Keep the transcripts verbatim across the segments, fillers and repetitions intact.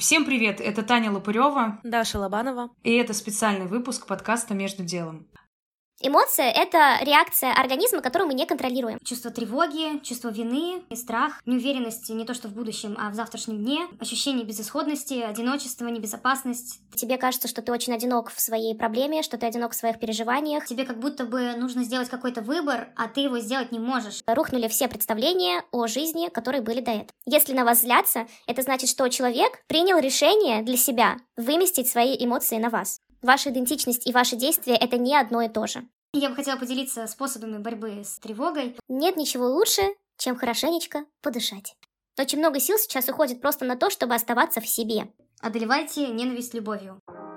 Всем привет! Это Таня Лопырева, Даша Лобанова. И это специальный выпуск подкаста «Между делом». Эмоция — это реакция организма, которую мы не контролируем. Чувство тревоги, чувство вины, страх, неуверенность не то что в будущем, а в завтрашнем дне, ощущение безысходности, одиночество, небезопасность. Тебе кажется, что ты очень одинок в своей проблеме, что ты одинок в своих переживаниях. Тебе как будто бы нужно сделать какой-то выбор, а ты его сделать не можешь. Рухнули все представления о жизни, которые были до этого. Если на вас злятся, это значит, что человек принял решение для себя выместить свои эмоции на вас. Ваша идентичность и ваши действия — это не одно и то же. Я бы хотела поделиться способами борьбы с тревогой. Нет ничего лучше, чем хорошенечко подышать. Очень много сил сейчас уходит просто на то, чтобы оставаться в себе. Одолевайте ненависть любовью.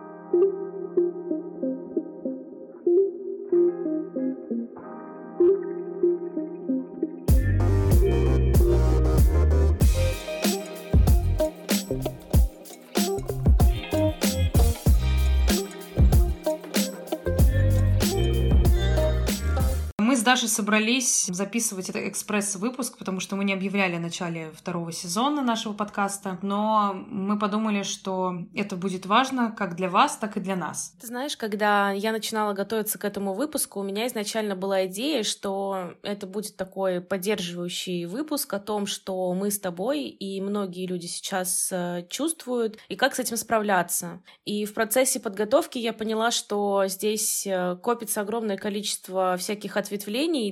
Мы с Дашей собрались записывать этот экспресс-выпуск, потому что мы не объявляли о начале второго сезона нашего подкаста, но мы подумали, что это будет важно как для вас, так и для нас. Ты знаешь, когда я начинала готовиться к этому выпуску, у меня изначально была идея, что это будет такой поддерживающий выпуск о том, что мы с тобой и многие люди сейчас чувствуют, и как с этим справляться. И в процессе подготовки я поняла, что здесь копится огромное количество всяких ответвлений,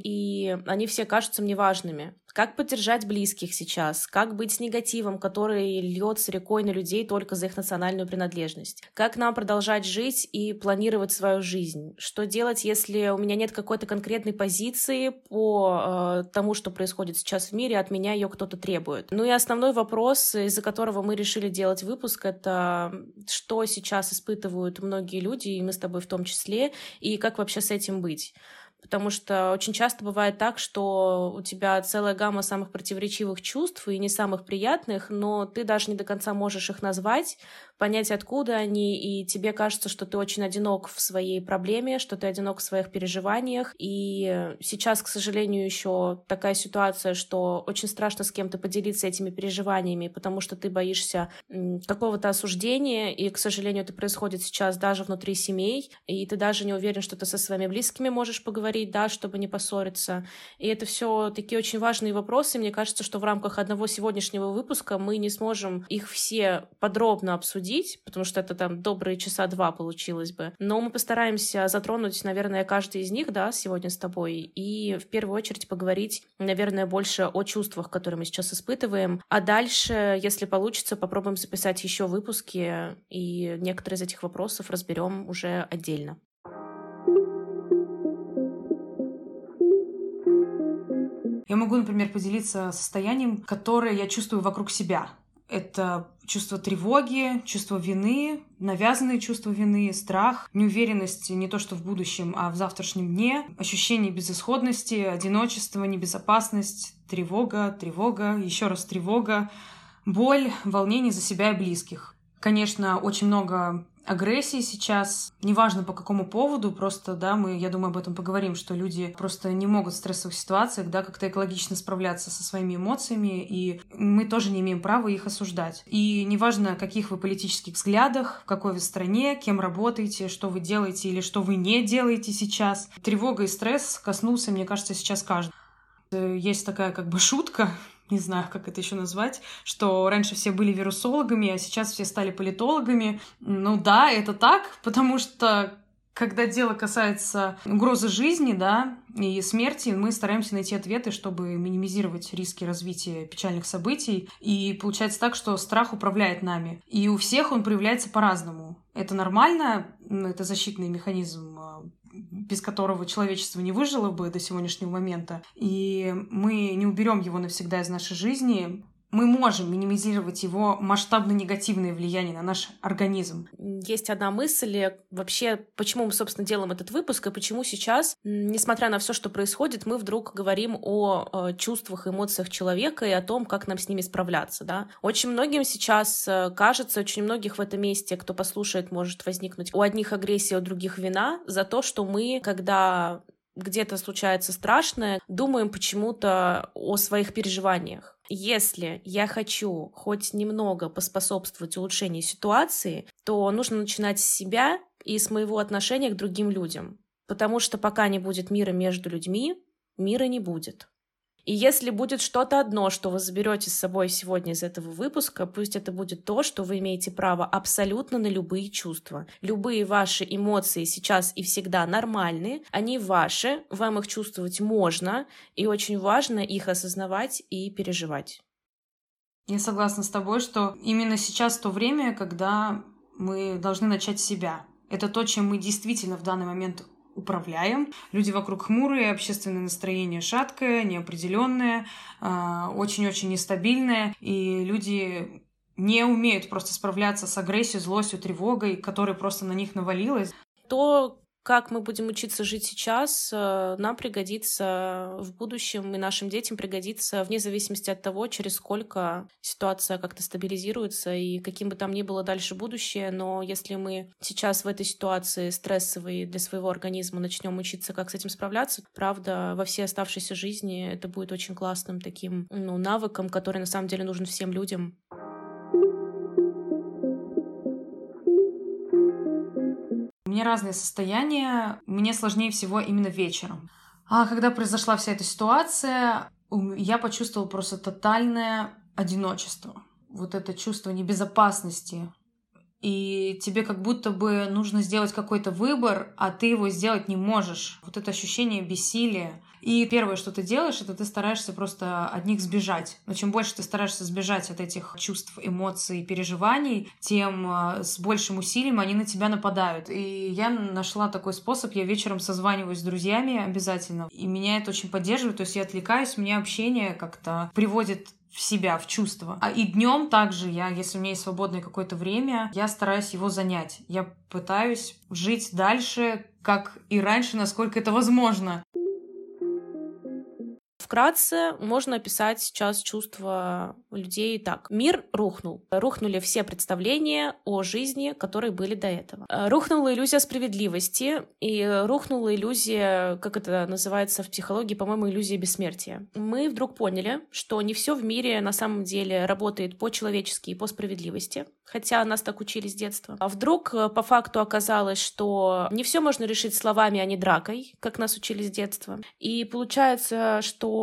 и они все кажутся мне важными. Как поддержать близких сейчас? Как быть с негативом, который льется рекой на людей только за их национальную принадлежность? Как нам продолжать жить и планировать свою жизнь? Что делать, если у меня нет какой-то конкретной позиции по э, тому, что происходит сейчас в мире, от меня ее кто-то требует? Ну и основной вопрос, из-за которого мы решили делать выпуск, это что сейчас испытывают многие люди, и мы с тобой в том числе, и как вообще с этим быть? Потому что очень часто бывает так, что у тебя целая гамма самых противоречивых чувств и не самых приятных, но ты даже не до конца можешь их назвать, понять, откуда они, и тебе кажется, что ты очень одинок в своей проблеме, что ты одинок в своих переживаниях. И сейчас, к сожалению, еще такая ситуация, что очень страшно с кем-то поделиться этими переживаниями, потому что ты боишься какого-то осуждения, и, к сожалению, это происходит сейчас даже внутри семей, и ты даже не уверен, что ты со своими близкими можешь поговорить, да, чтобы не поссориться. И это все такие очень важные вопросы. Мне кажется, что в рамках одного сегодняшнего выпуска мы не сможем их все подробно обсудить, потому что это там добрые часа два получилось бы. Но мы постараемся затронуть, наверное, каждый из них, да, сегодня с тобой, и в первую очередь поговорить, наверное, больше о чувствах, которые мы сейчас испытываем. А дальше, если получится, попробуем записать еще выпуски, и некоторые из этих вопросов разберем уже отдельно. Я могу, например, поделиться состоянием, которое я чувствую вокруг себя. Это чувство тревоги, чувство вины, навязанные чувства вины, страх, неуверенность не то что в будущем, а в завтрашнем дне, ощущение безысходности, одиночество, небезопасность, тревога, тревога, еще раз тревога, боль, волнение за себя и близких. Конечно, очень много агрессии сейчас, неважно по какому поводу, просто, да, мы, я думаю, об этом поговорим, что люди просто не могут в стрессовых ситуациях, да, как-то экологично справляться со своими эмоциями, и мы тоже не имеем права их осуждать. И неважно, каких вы политических взглядах, в какой вы стране, кем работаете, что вы делаете или что вы не делаете сейчас. Тревога и стресс коснулся, мне кажется, сейчас каждого. Есть такая как бы шутка, не знаю, как это еще назвать, что раньше все были вирусологами, а сейчас все стали политологами. Ну да, это так, потому что когда дело касается угрозы жизни, да, и смерти, мы стараемся найти ответы, чтобы минимизировать риски развития печальных событий. И получается так, что страх управляет нами. И у всех он проявляется по-разному. Это нормально, это защитный механизм, без которого человечество не выжило бы до сегодняшнего момента, и мы не уберем его навсегда из нашей жизни, мы можем минимизировать его масштабно-негативное влияние на наш организм. Есть одна мысль вообще, почему мы, собственно, делаем этот выпуск, и почему сейчас, несмотря на все, что происходит, мы вдруг говорим о чувствах и эмоциях человека и о том, как нам с ними справляться. Да? Очень многим сейчас кажется, очень многих в этом месте, кто послушает, может возникнуть у одних агрессия, у других вина за то, что мы, когда где-то случается страшное, думаем почему-то о своих переживаниях. Если я хочу хоть немного поспособствовать улучшению ситуации, то нужно начинать с себя и с моего отношения к другим людям. Потому что пока не будет мира между людьми, мира не будет. И если будет что-то одно, что вы заберете с собой сегодня из этого выпуска, пусть это будет то, что вы имеете право абсолютно на любые чувства. Любые ваши эмоции сейчас и всегда нормальны, они ваши, вам их чувствовать можно, и очень важно их осознавать и переживать. Я согласна с тобой, что именно сейчас то время, когда мы должны начать с себя. Это то, чем мы действительно в данный момент управляем. Люди вокруг хмурые, общественное настроение шаткое, неопределенное, очень-очень нестабильное, и люди не умеют просто справляться с агрессией, злостью, тревогой, которая просто на них навалилась. То, как мы будем учиться жить сейчас, нам пригодится в будущем, и нашим детям пригодится вне зависимости от того, через сколько ситуация как-то стабилизируется, и каким бы там ни было дальше будущее, но если мы сейчас в этой ситуации стрессовой для своего организма начнем учиться, как с этим справляться, правда, во всей оставшейся жизни это будет очень классным таким, ну, навыком, который на самом деле нужен всем людям. У меня разные состояния, мне сложнее всего именно вечером. А когда произошла вся эта ситуация, я почувствовала просто тотальное одиночество. Вот это чувство небезопасности. И тебе как будто бы нужно сделать какой-то выбор, а ты его сделать не можешь. Вот это ощущение бессилия. И первое, что ты делаешь, это ты стараешься просто от них сбежать. Но чем больше ты стараешься сбежать от этих чувств, эмоций, переживаний, тем с большим усилием они на тебя нападают. И я нашла такой способ. Я вечером созваниваюсь с друзьями обязательно. И меня это очень поддерживает. То есть я отвлекаюсь, мне общение как-то приводит в себя, в чувства. А и днем также я, если у меня есть свободное какое-то время, я стараюсь его занять. Я пытаюсь жить дальше, как и раньше, насколько это возможно. Вкратце можно описать сейчас чувства людей так. Мир рухнул. Рухнули все представления о жизни, которые были до этого. Рухнула иллюзия справедливости и рухнула иллюзия, как это называется в психологии, по-моему, иллюзия бессмертия. Мы вдруг поняли, что не все в мире на самом деле работает по-человечески и по справедливости, хотя нас так учили с детства. А вдруг по факту оказалось, что не все можно решить словами, а не дракой, как нас учили с детства. И получается, что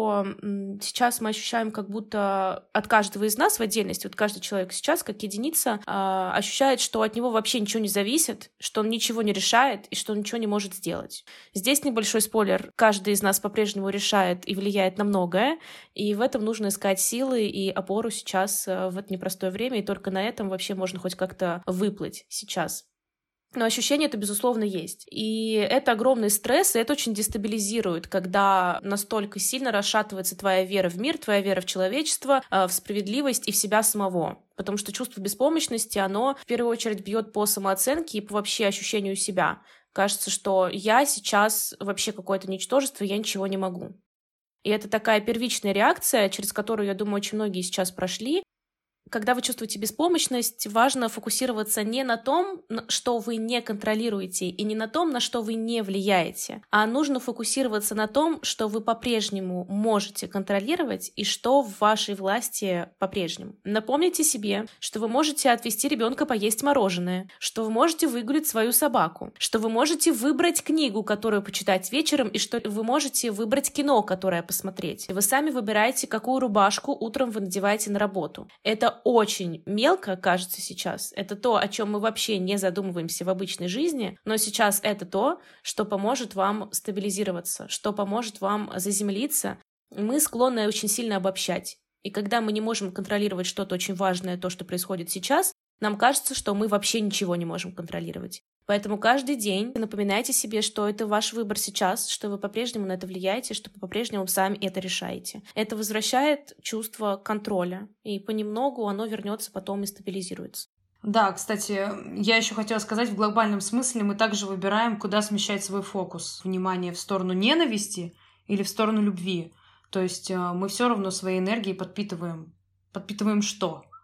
сейчас мы ощущаем, как будто от каждого из нас в отдельности, вот каждый человек сейчас, как единица, ощущает, что от него вообще ничего не зависит, что он ничего не решает и что он ничего не может сделать. Здесь небольшой спойлер. Каждый из нас по-прежнему решает и влияет на многое, и в этом нужно искать силы и опору сейчас в это непростое время, и только на этом вообще можно хоть как-то выплыть сейчас. Но ощущение это, безусловно, есть. И это огромный стресс, и это очень дестабилизирует, когда настолько сильно расшатывается твоя вера в мир, твоя вера в человечество, в справедливость и в себя самого. Потому что чувство беспомощности, оно в первую очередь бьет по самооценке и по вообще ощущению себя. Кажется, что я сейчас вообще какое-то ничтожество, я ничего не могу. И это такая первичная реакция, через которую, я думаю, очень многие сейчас прошли. Когда вы чувствуете беспомощность, важно фокусироваться не на том, что вы не контролируете, и не на том, на что вы не влияете, а нужно фокусироваться на том, что вы по-прежнему можете контролировать и что в вашей власти по-прежнему. Напомните себе, что вы можете отвести ребенка поесть мороженое, что вы можете выгулять свою собаку, что вы можете выбрать книгу, которую почитать вечером, и что вы можете выбрать кино, которое посмотреть. Вы сами выбираете, какую рубашку утром вы надеваете на работу. Это очень мелко кажется сейчас. Это то, о чем мы вообще не задумываемся в обычной жизни, но сейчас это то, что поможет вам стабилизироваться, что поможет вам заземлиться. Мы склонны очень сильно обобщать. И когда мы не можем контролировать что-то очень важное, то, что происходит сейчас, нам кажется, что мы вообще ничего не можем контролировать. Поэтому каждый день напоминайте себе, что это ваш выбор сейчас, что вы по-прежнему на это влияете, что вы по-прежнему сами это решаете. Это возвращает чувство контроля, и понемногу оно вернется потом и стабилизируется. Да, кстати, я еще хотела сказать, в глобальном смысле мы также выбираем, куда смещать свой фокус. Внимание в сторону ненависти или в сторону любви. То есть мы все равно своей энергией подпитываем. Подпитываем что?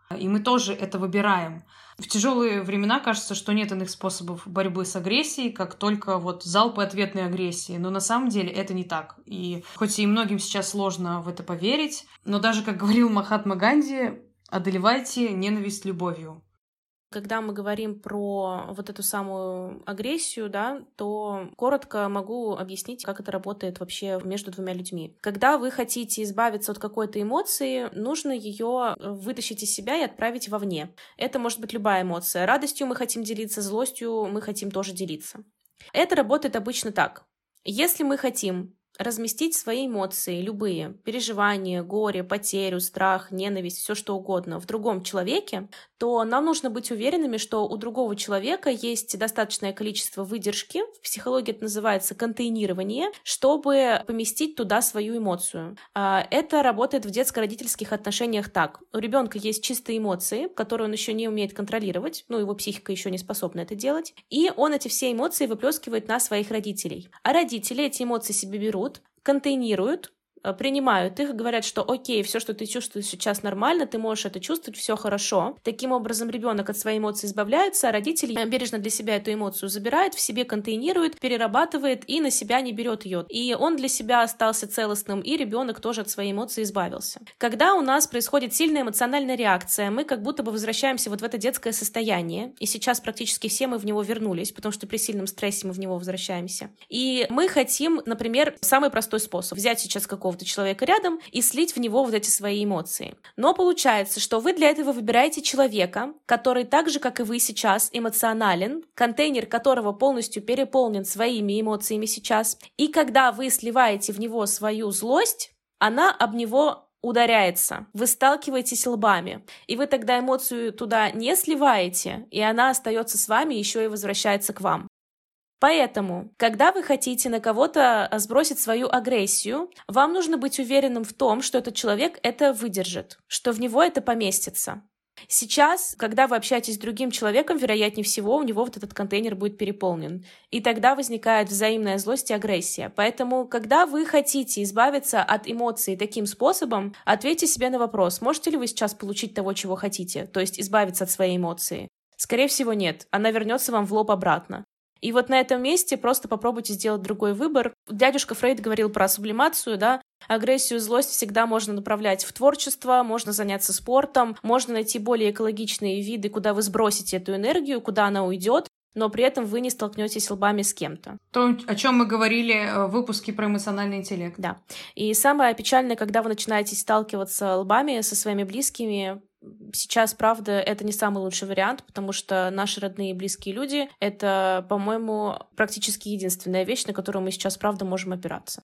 И мы тоже это выбираем. В тяжелые времена кажется, что нет иных способов борьбы с агрессией, как только вот залпы ответной агрессии. Но на самом деле это не так. И хоть и многим сейчас сложно в это поверить, но даже, как говорил Махатма Ганди, одолевайте ненависть любовью. Когда мы говорим про вот эту самую агрессию, да, то коротко могу объяснить, как это работает вообще между двумя людьми. Когда вы хотите избавиться от какой-то эмоции, нужно ее вытащить из себя и отправить вовне. Это может быть любая эмоция. Радостью мы хотим делиться, злостью мы хотим тоже делиться. Это работает обычно так. Если мы хотим разместить свои эмоции, любые, переживания, горе, потерю, страх, ненависть, все что угодно в другом человеке, то нам нужно быть уверенными, что у другого человека есть достаточное количество выдержки, в психологии это называется контейнирование, чтобы поместить туда свою эмоцию. Это работает в детско-родительских отношениях так. У ребенка есть чистые эмоции, которые он еще не умеет контролировать, ну, его психика еще не способна это делать, и он эти все эмоции выплескивает на своих родителей. А родители эти эмоции себе берут, контейнируют, принимают их и говорят, что окей, все, что ты чувствуешь сейчас нормально, ты можешь это чувствовать, все хорошо. Таким образом, ребенок от своей эмоции избавляется, а родитель бережно для себя эту эмоцию забирает, в себе контейнирует, перерабатывает и на себя не берет ее. И он для себя остался целостным, и ребенок тоже от своей эмоции избавился. Когда у нас происходит сильная эмоциональная реакция, мы как будто бы возвращаемся вот в это детское состояние, и сейчас практически все мы в него вернулись, потому что при сильном стрессе мы в него возвращаемся. И мы хотим, например, самый простой способ, взять сейчас какого человека рядом и слить в него вот эти свои эмоции. Но получается, что вы для этого выбираете человека, который так же, как и вы сейчас, эмоционален, контейнер которого полностью переполнен своими эмоциями сейчас, и когда вы сливаете в него свою злость, она об него ударяется, вы сталкиваетесь лбами, и вы тогда эмоцию туда не сливаете, и она остается с вами, еще и возвращается к вам. Поэтому, когда вы хотите на кого-то сбросить свою агрессию, вам нужно быть уверенным в том, что этот человек это выдержит, что в него это поместится. Сейчас, когда вы общаетесь с другим человеком, вероятнее всего, у него вот этот контейнер будет переполнен. И тогда возникает взаимная злость и агрессия. Поэтому, когда вы хотите избавиться от эмоций таким способом, ответьте себе на вопрос, можете ли вы сейчас получить того, чего хотите, то есть избавиться от своей эмоции. Скорее всего, нет. Она вернется вам в лоб обратно. И вот на этом месте просто попробуйте сделать другой выбор. Дядюшка Фрейд говорил про сублимацию, да, агрессию, злость всегда можно направлять в творчество, можно заняться спортом, можно найти более экологичные виды, куда вы сбросите эту энергию, куда она уйдет, но при этом вы не столкнетесь лбами с кем-то. То, о чем мы говорили в выпуске про эмоциональный интеллект. Да. И самое печальное, когда вы начинаете сталкиваться лбами со своими близкими. Сейчас, правда, это не самый лучший вариант, потому что наши родные и близкие люди — это, по-моему, практически единственная вещь, на которую мы сейчас, правда, можем опираться.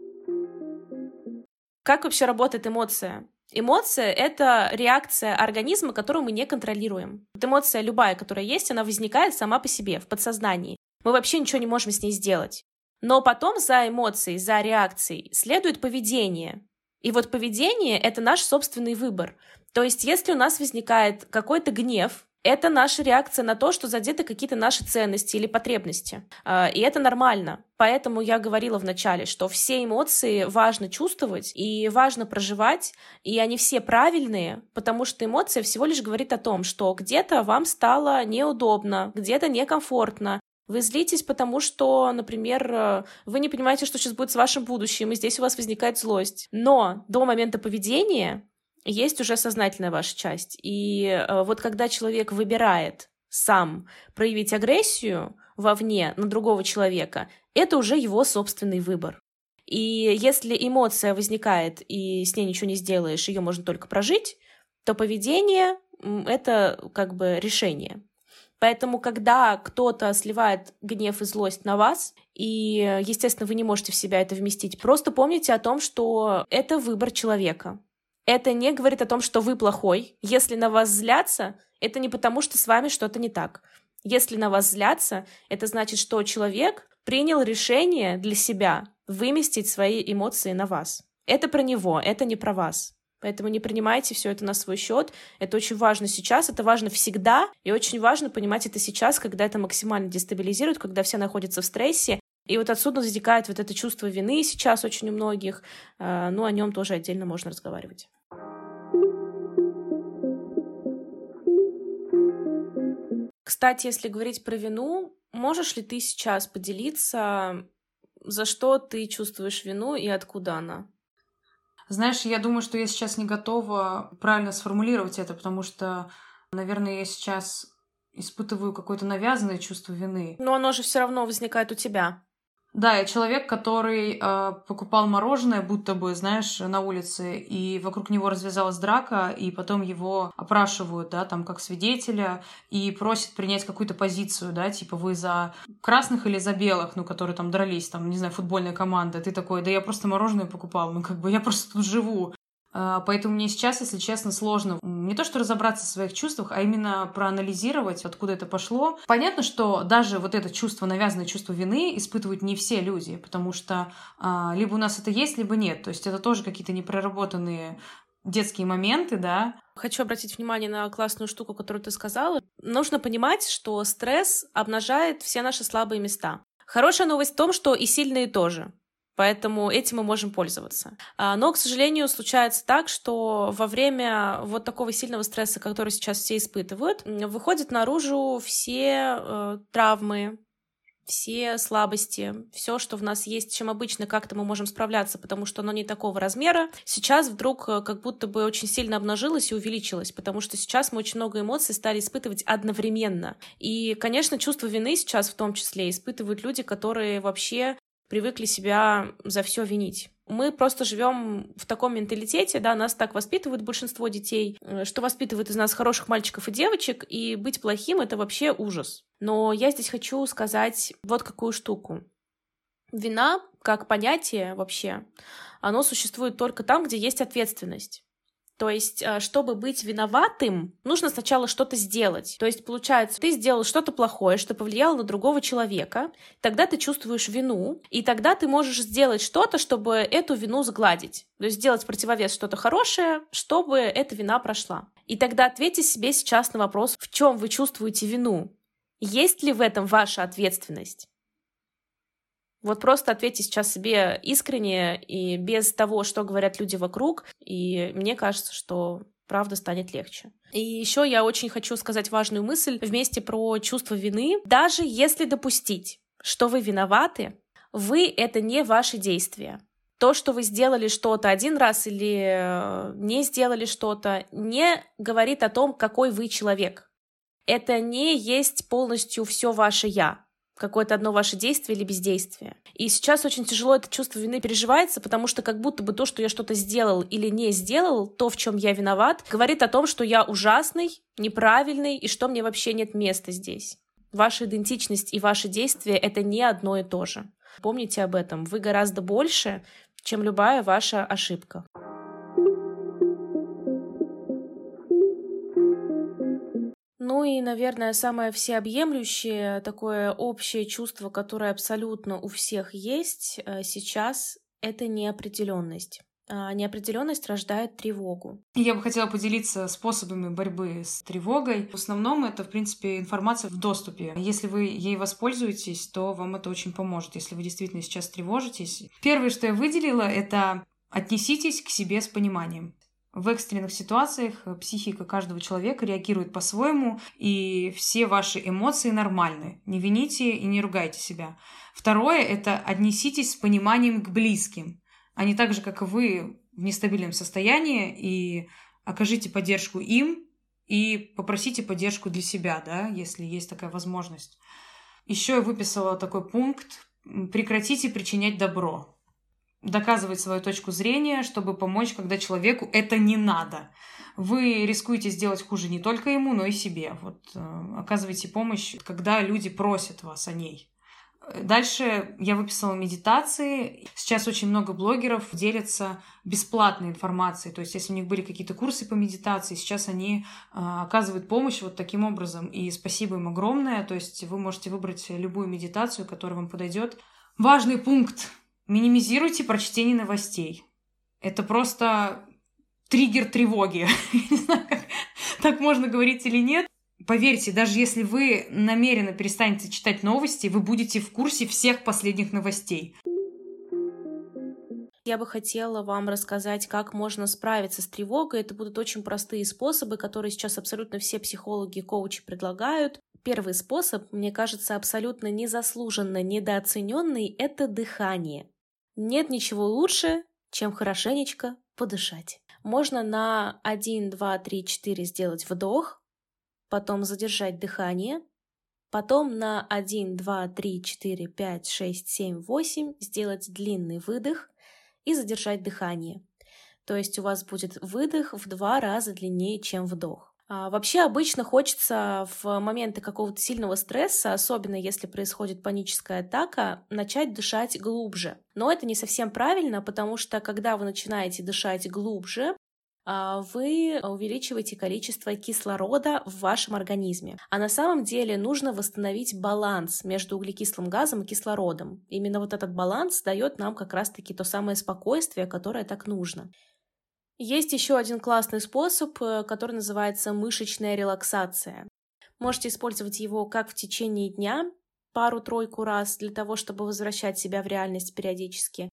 Как вообще работает эмоция? Эмоция — это реакция организма, которую мы не контролируем. Вот эмоция любая, которая есть, она возникает сама по себе, в подсознании. Мы вообще ничего не можем с ней сделать. Но потом за эмоцией, за реакцией следует поведение. И вот поведение — это наш собственный выбор. То есть если у нас возникает какой-то гнев, это наша реакция на то, что задеты какие-то наши ценности или потребности. И это нормально. Поэтому я говорила вначале, что все эмоции важно чувствовать и важно проживать, и они все правильные, потому что эмоция всего лишь говорит о том, что где-то вам стало неудобно, где-то некомфортно. Вы злитесь, потому что, например, вы не понимаете, что сейчас будет с вашим будущим, и здесь у вас возникает злость. Но до момента поведения есть уже сознательная ваша часть. И вот когда человек выбирает сам проявить агрессию вовне на другого человека, это уже его собственный выбор. И если эмоция возникает, и с ней ничего не сделаешь, ее можно только прожить, то поведение — это как бы решение. Поэтому, когда кто-то сливает гнев и злость на вас, и, естественно, вы не можете в себя это вместить, просто помните о том, что это выбор человека. Это не говорит о том, что вы плохой. Если на вас злятся, это не потому, что с вами что-то не так. Если на вас злятся, это значит, что человек принял решение для себя выместить свои эмоции на вас. Это про него, это не про вас. Поэтому не принимайте все это на свой счет. Это очень важно сейчас, это важно всегда, и очень важно понимать это сейчас, когда это максимально дестабилизирует, когда все находятся в стрессе. И вот отсюда возникает вот это чувство вины сейчас очень у многих, но о нем тоже отдельно можно разговаривать. Кстати, если говорить про вину, можешь ли ты сейчас поделиться, за что ты чувствуешь вину и откуда она? Знаешь, я думаю, что я сейчас не готова правильно сформулировать это, потому что, наверное, я сейчас испытываю какое-то навязанное чувство вины. Но оно же все равно возникает у тебя. Да, я человек, который э, покупал мороженое, будто бы, знаешь, на улице, и вокруг него развязалась драка, и потом его опрашивают, да, там, как свидетеля, и просят принять какую-то позицию, да, типа вы за красных или за белых, ну, которые там дрались, там, не знаю, футбольная команда. Ты такой, да я просто мороженое покупал, ну, как бы я просто тут живу. Поэтому мне сейчас, если честно, сложно не то что разобраться в своих чувствах, а именно проанализировать, откуда это пошло. Понятно, что даже вот это чувство, навязанное чувство вины испытывают не все люди, потому что а, либо у нас это есть, либо нет. То есть это тоже какие-то непроработанные детские моменты, да. Хочу обратить внимание на классную штуку, которую ты сказала. Нужно понимать, что стресс обнажает все наши слабые места. Хорошая новость в том, что и сильные тоже. Поэтому этим мы можем пользоваться. Но, к сожалению, случается так, что во время вот такого сильного стресса, который сейчас все испытывают, выходят наружу все э, травмы, все слабости, все, что в нас есть, чем обычно как-то мы можем справляться, потому что оно не такого размера, сейчас вдруг как будто бы очень сильно обнажилось и увеличилось, потому что сейчас мы очень много эмоций стали испытывать одновременно. И, конечно, чувство вины сейчас в том числе испытывают люди, которые вообще привыкли себя за все винить. Мы просто живем в таком менталитете, да, нас так воспитывают большинство детей, что воспитывают из нас хороших мальчиков и девочек, и быть плохим — это вообще ужас. Но я здесь хочу сказать вот какую штуку. Вина, как понятие вообще, оно существует только там, где есть ответственность. То есть, чтобы быть виноватым, нужно сначала что-то сделать. То есть, получается, ты сделал что-то плохое, что повлияло на другого человека, тогда ты чувствуешь вину, и тогда ты можешь сделать что-то, чтобы эту вину сгладить. То есть, сделать в противовес что-то хорошее, чтобы эта вина прошла. И тогда ответьте себе сейчас на вопрос, в чем вы чувствуете вину? Есть ли в этом ваша ответственность? Вот просто ответьте сейчас себе искренне и без того, что говорят люди вокруг, и мне кажется, что правда станет легче. И еще я очень хочу сказать важную мысль вместе про чувство вины. Даже если допустить, что вы виноваты, вы — это не ваши действия. То, что вы сделали что-то один раз или не сделали что-то, не говорит о том, какой вы человек. Это не есть полностью все ваше «я». Какое-то одно ваше действие или бездействие. И сейчас очень тяжело это чувство вины переживается, потому что как будто бы то, что я что-то сделал или не сделал, то, в чем я виноват, говорит о том, что я ужасный, неправильный и что мне вообще нет места здесь. Ваша идентичность и ваши действия — это не одно и то же. Помните об этом. Вы гораздо больше, чем любая ваша ошибка. Ну и, наверное, самое всеобъемлющее, такое общее чувство, которое абсолютно у всех есть сейчас, это неопределенность. А неопределенность рождает тревогу. Я бы хотела поделиться способами борьбы с тревогой. В основном это, в принципе, информация в доступе. Если вы ей воспользуетесь, то вам это очень поможет, если вы действительно сейчас тревожитесь. Первое, что я выделила, это отнеситесь к себе с пониманием. В экстренных ситуациях психика каждого человека реагирует по-своему, и все ваши эмоции нормальны. Не вините и не ругайте себя. Второе — это отнеситесь с пониманием к близким. Они так же, как и вы, в нестабильном состоянии, и окажите поддержку им, и попросите поддержку для себя, да, если есть такая возможность. Еще я выписала такой пункт: прекратите причинять добро. Доказывать свою точку зрения, чтобы помочь, когда человеку это не надо. Вы рискуете сделать хуже не только ему, но и себе. Вот, э, оказывайте помощь, когда люди просят вас о ней. Дальше я выписала медитации. Сейчас очень много блогеров делятся бесплатной информацией. То есть, если у них были какие-то курсы по медитации, сейчас они э, оказывают помощь вот таким образом. И спасибо им огромное. То есть, вы можете выбрать любую медитацию, которая вам подойдет. Важный пункт. Минимизируйте прочтение новостей. Это просто триггер тревоги. Не знаю, как так можно говорить или нет. Поверьте, даже если вы намеренно перестанете читать новости, вы будете в курсе всех последних новостей. Я бы хотела вам рассказать, как можно справиться с тревогой. Это будут очень простые способы, которые сейчас абсолютно все психологи и коучи предлагают. Первый способ, мне кажется, абсолютно незаслуженно недооцененный – это дыхание. Нет ничего лучше, чем хорошенечко подышать. Можно на один, два, три, четыре сделать вдох, потом задержать дыхание, потом на один, два, три, четыре, пять, шесть, семь, восемь сделать длинный выдох и задержать дыхание. То есть у вас будет выдох в два раза длиннее, чем вдох. А вообще обычно хочется в моменты какого-то сильного стресса, особенно если происходит паническая атака, начать дышать глубже. Но это не совсем правильно, потому что когда вы начинаете дышать глубже, вы увеличиваете количество кислорода в вашем организме. А на самом деле нужно восстановить баланс между углекислым газом и кислородом. Именно вот этот баланс дает нам как раз-таки то самое спокойствие, которое так нужно. Есть еще один классный способ, который называется мышечная релаксация. Можете использовать его как в течение дня, пару-тройку раз, для того, чтобы возвращать себя в реальность периодически.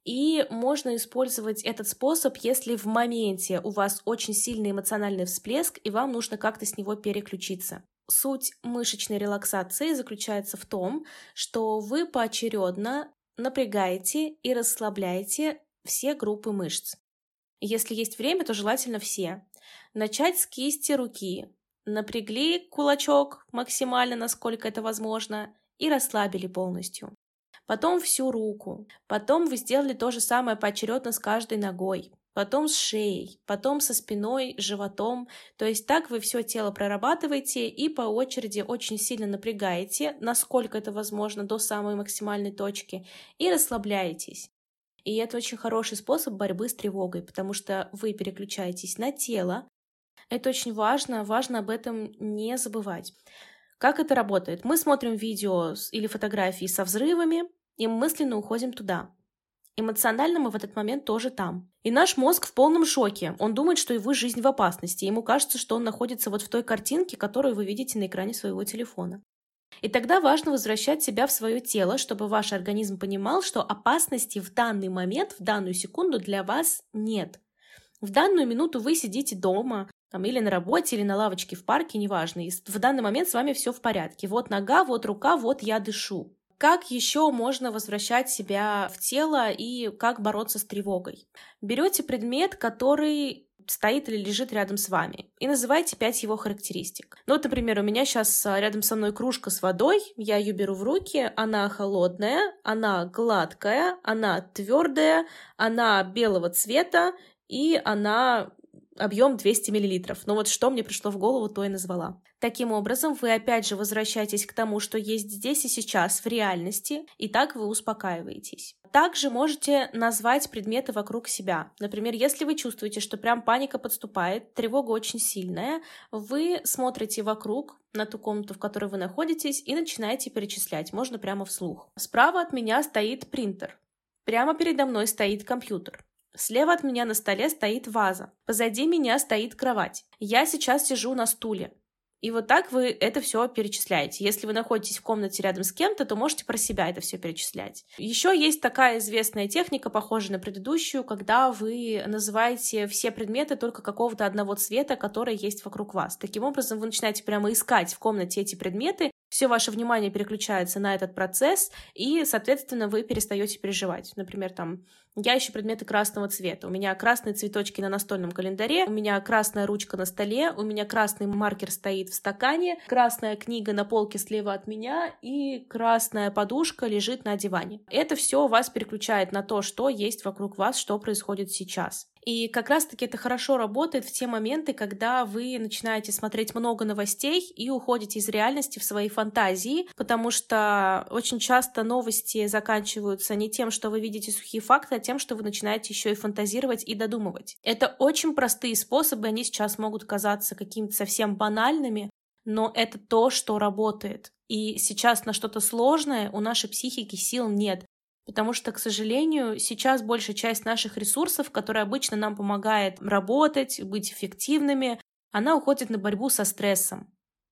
И можно использовать этот способ, если в моменте у вас очень сильный эмоциональный всплеск, и вам нужно как-то с него переключиться. Суть мышечной релаксации заключается в том, что вы поочередно напрягаете и расслабляете все группы мышц. Если есть время, то желательно все. Начать с кисти руки. Напрягли кулачок максимально, насколько это возможно, и расслабили полностью. Потом всю руку. Потом вы сделали то же самое поочередно с каждой ногой. Потом с шеей, потом со спиной, животом. То есть так вы все тело прорабатываете и по очереди очень сильно напрягаете, насколько это возможно, до самой максимальной точки, и расслабляетесь. И это очень хороший способ борьбы с тревогой, потому что вы переключаетесь на тело. Это очень важно, важно об этом не забывать. Как это работает? Мы смотрим видео или фотографии со взрывами, и мысленно уходим туда. Эмоционально мы в этот момент тоже там. И наш мозг в полном шоке. Он думает, что его жизнь в опасности. Ему кажется, что он находится вот в той картинке, которую вы видите на экране своего телефона. И тогда важно возвращать себя в свое тело, чтобы ваш организм понимал, что опасности в данный момент, в данную секунду для вас нет. В данную минуту вы сидите дома, там, или на работе, или на лавочке в парке, неважно. И в данный момент с вами все в порядке. Вот нога, вот рука, вот я дышу. Как еще можно возвращать себя в тело и как бороться с тревогой? Берете предмет, который стоит или лежит рядом с вами, и называйте пять его характеристик. Ну, вот, например, у меня сейчас рядом со мной кружка с водой, я ее беру в руки, она холодная, она гладкая, она твердая, она белого цвета, и она объем двести миллилитров. Но вот что мне пришло в голову, то и назвала. Таким образом, вы опять же возвращаетесь к тому, что есть здесь и сейчас, в реальности, и так вы успокаиваетесь. Также можете назвать предметы вокруг себя. Например, если вы чувствуете, что прям паника подступает, тревога очень сильная, вы смотрите вокруг на ту комнату, в которой вы находитесь, и начинаете перечислять. Можно прямо вслух. Справа от меня стоит принтер. Прямо передо мной стоит компьютер. Слева от меня на столе стоит ваза. Позади меня стоит кровать. Я сейчас сижу на стуле. И вот так вы это все перечисляете. Если вы находитесь в комнате рядом с кем-то, то можете про себя это все перечислять. Еще есть такая известная техника, похожая на предыдущую, когда вы называете все предметы только какого-то одного цвета, который есть вокруг вас. Таким образом, вы начинаете прямо искать в комнате эти предметы, все ваше внимание переключается на этот процесс, и, соответственно, вы перестаете переживать. Например, там, я ищу предметы красного цвета. У меня красные цветочки на настольном календаре, у меня красная ручка на столе, у меня красный маркер стоит в стакане, красная книга на полке слева от меня и красная подушка лежит на диване. Это все вас переключает на то, что есть вокруг вас, что происходит сейчас. И как раз-таки это хорошо работает в те моменты, когда вы начинаете смотреть много новостей и уходите из реальности в свои фантазии, потому что очень часто новости заканчиваются не тем, что вы видите сухие факты, а тем, что вы начинаете еще и фантазировать и додумывать. Это очень простые способы, они сейчас могут казаться какими-то совсем банальными, но это то, что работает. И сейчас на что-то сложное у нашей психики сил нет. Потому что, к сожалению, сейчас большая часть наших ресурсов, которая обычно нам помогает работать, быть эффективными, она уходит на борьбу со стрессом.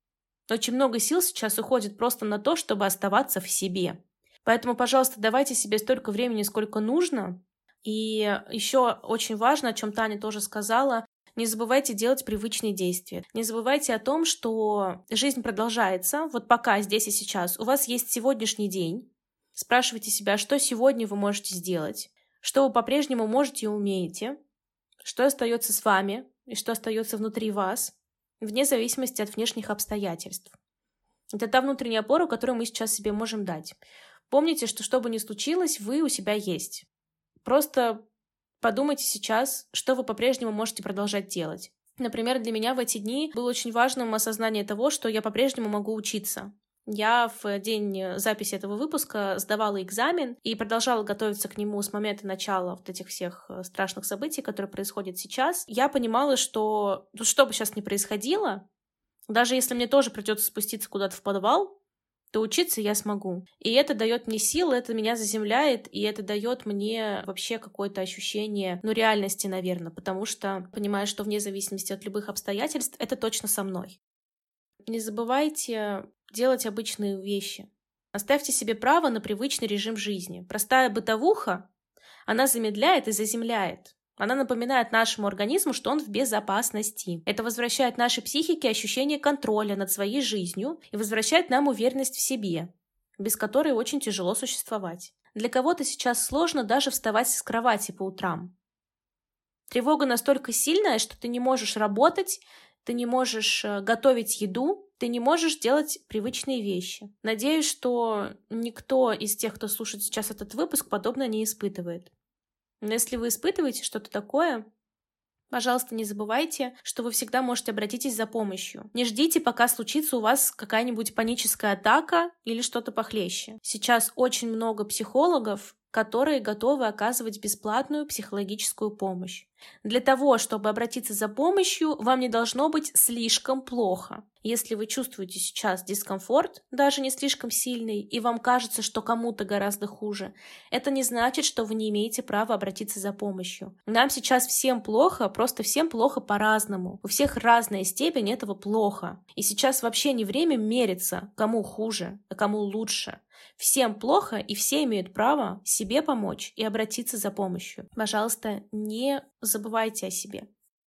Очень много сил сейчас уходит просто на то, чтобы оставаться в себе. Поэтому, пожалуйста, давайте себе столько времени, сколько нужно. И еще очень важно, о чем Таня тоже сказала, Не забывайте делать привычные действия. Не забывайте о том, что жизнь продолжается. Вот пока, здесь и сейчас. У вас есть сегодняшний день. Спрашивайте себя, что сегодня вы можете сделать, что вы по-прежнему можете и умеете, что остается с вами и что остается внутри вас, вне зависимости от внешних обстоятельств. Это та внутренняя опора, которую мы сейчас себе можем дать. Помните, что что бы ни случилось, вы у себя есть. Просто подумайте сейчас, что вы по-прежнему можете продолжать делать. Например, для меня в эти дни было очень важным осознание того, что я по-прежнему могу учиться. Я в день записи этого выпуска сдавала экзамен и продолжала готовиться к нему с момента начала вот этих всех страшных событий, которые происходят сейчас. Я понимала, что ну, что бы сейчас ни происходило, даже если мне тоже придется спуститься куда-то в подвал, то учиться я смогу. И это дает мне силы, это меня заземляет, и это дает мне вообще какое-то ощущение, ну, реальности, наверное, потому что понимаю, что вне зависимости от любых обстоятельств это точно со мной. Не забывайте делать обычные вещи. Оставьте себе право на привычный режим жизни. Простая бытовуха, она замедляет и заземляет. Она напоминает нашему организму, что он в безопасности. Это возвращает нашей психике ощущение контроля над своей жизнью и возвращает нам уверенность в себе, без которой очень тяжело существовать. Для кого-то сейчас сложно даже вставать с кровати по утрам. Тревога настолько сильная, что ты не можешь работать, ты не можешь готовить еду, ты не можешь делать привычные вещи. Надеюсь, что никто из тех, кто слушает сейчас этот выпуск, подобное не испытывает. Но если вы испытываете что-то такое, пожалуйста, не забывайте, что вы всегда можете обратиться за помощью. Не ждите, пока случится у вас какая-нибудь паническая атака или что-то похлеще. Сейчас очень много психологов, которые готовы оказывать бесплатную психологическую помощь. Для того, чтобы обратиться за помощью, вам не должно быть слишком плохо. Если вы чувствуете сейчас дискомфорт, даже не слишком сильный, и вам кажется, что кому-то гораздо хуже, это не значит, что вы не имеете права обратиться за помощью. Нам сейчас всем плохо, просто всем плохо по-разному. У всех разная степень этого плохо. И сейчас вообще не время мериться, кому хуже, а кому лучше. Всем плохо, и все имеют право себе помочь и обратиться за помощью. Пожалуйста, не забывайте о себе.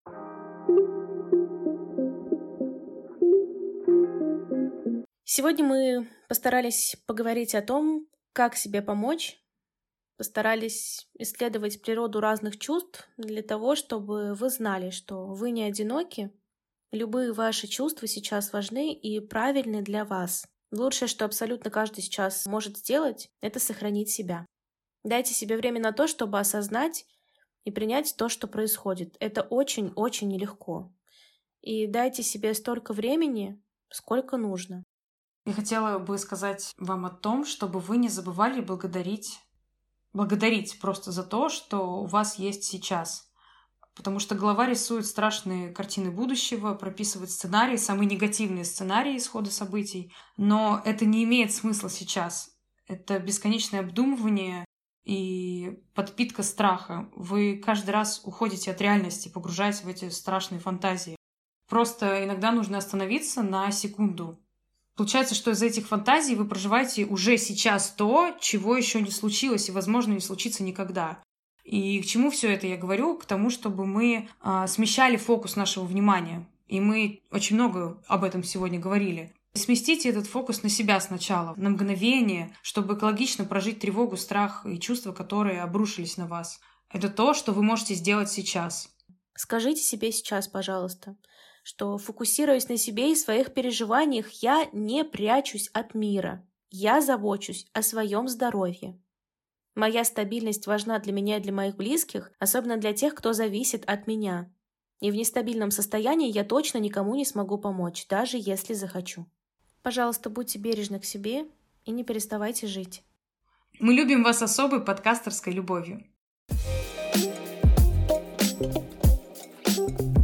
Сегодня мы постарались поговорить о том, как себе помочь, постарались исследовать природу разных чувств для того, чтобы вы знали, что вы не одиноки, любые ваши чувства сейчас важны и правильны для вас. Лучшее, что абсолютно каждый сейчас может сделать, это сохранить себя. Дайте себе время на то, чтобы осознать и принять то, что происходит. Это очень-очень нелегко. И дайте себе столько времени, сколько нужно. Я хотела бы сказать вам о том, чтобы вы не забывали благодарить, благодарить просто за то, что у вас есть сейчас. Потому что голова рисует страшные картины будущего, прописывает сценарии, самые негативные сценарии исхода событий. Но это не имеет смысла сейчас. Это бесконечное обдумывание и подпитка страха. Вы каждый раз уходите от реальности, погружаясь в эти страшные фантазии. Просто иногда нужно остановиться на секунду. Получается, что из этих фантазий вы проживаете уже сейчас то, чего еще не случилось и, возможно, не случится никогда. И к чему все это я говорю? К тому, чтобы мы а, смещали фокус нашего внимания. И мы очень много об этом сегодня говорили. Сместите этот фокус на себя сначала, на мгновение, чтобы экологично прожить тревогу, страх и чувства, которые обрушились на вас. Это то, что вы можете сделать сейчас. Скажите себе сейчас, пожалуйста, что, фокусируясь на себе и своих переживаниях, я не прячусь от мира. Я забочусь о своем здоровье. Моя стабильность важна для меня и для моих близких, особенно для тех, кто зависит от меня. И в нестабильном состоянии я точно никому не смогу помочь, даже если захочу. Пожалуйста, будьте бережны к себе и не переставайте жить. Мы любим вас особой подкастерской любовью.